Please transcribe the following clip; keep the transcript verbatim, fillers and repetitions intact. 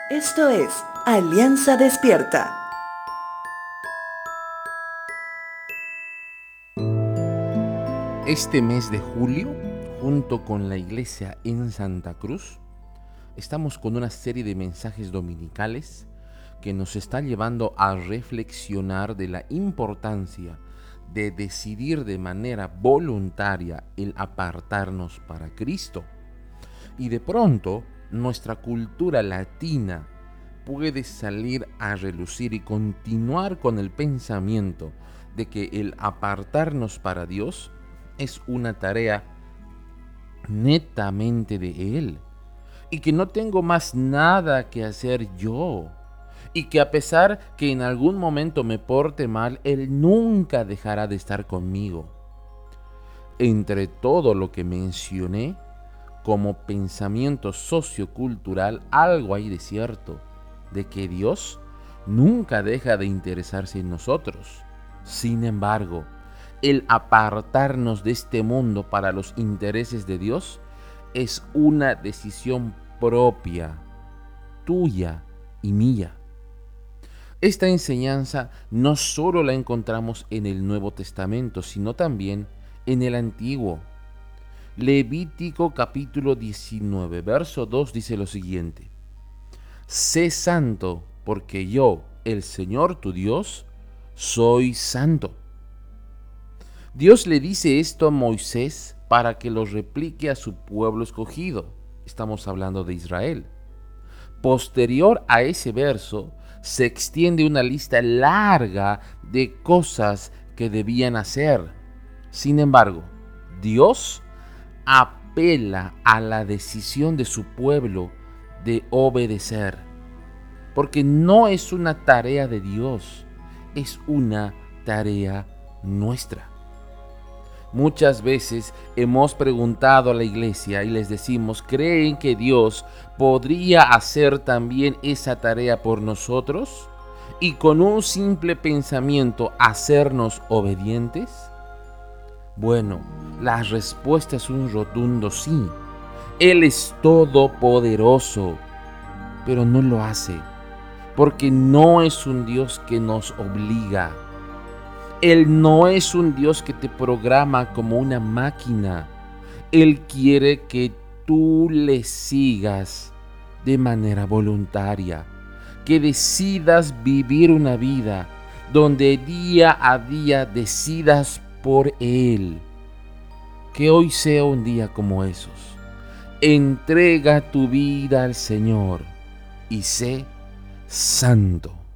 Esto es Alianza Despierta. Este mes de julio, junto con la iglesia en Santa Cruz, estamos con una serie de mensajes dominicales que nos está llevando a reflexionar de la importancia de decidir de manera voluntaria el apartarnos para Cristo. Y de pronto, nuestra cultura latina puede salir a relucir y continuar con el pensamiento de que el apartarnos para Dios es una tarea netamente de Él y que no tengo más nada que hacer yo y que a pesar que en algún momento me porte mal, Él nunca dejará de estar conmigo. Entre todo lo que mencioné como pensamiento sociocultural, algo hay de cierto, de que Dios nunca deja de interesarse en nosotros. Sin embargo, el apartarnos de este mundo para los intereses de Dios es una decisión propia, tuya y mía. Esta enseñanza no solo la encontramos en el Nuevo Testamento, sino también en el Antiguo. Levítico capítulo diecinueve, verso dos dice lo siguiente: Sé santo, porque yo, el Señor tu Dios, soy santo. Dios le dice esto a Moisés para que lo replique a su pueblo escogido. Estamos hablando de Israel. Posterior a ese verso, se extiende una lista larga de cosas que debían hacer. Sin embargo, Dios apela a la decisión de su pueblo de obedecer, porque no es una tarea de Dios, es una tarea nuestra. Muchas veces hemos preguntado a la iglesia y les decimos, ¿creen que Dios podría hacer también esa tarea por nosotros? Y con un simple pensamiento hacernos obedientes. Bueno, la respuesta es un rotundo sí. Él es todopoderoso, pero no lo hace, porque no es un Dios que nos obliga. Él no es un Dios que te programa como una máquina. Él quiere que tú le sigas de manera voluntaria, que decidas vivir una vida donde día a día decidas por Él. Que hoy sea un día como esos. Entrega tu vida al Señor y sé santo.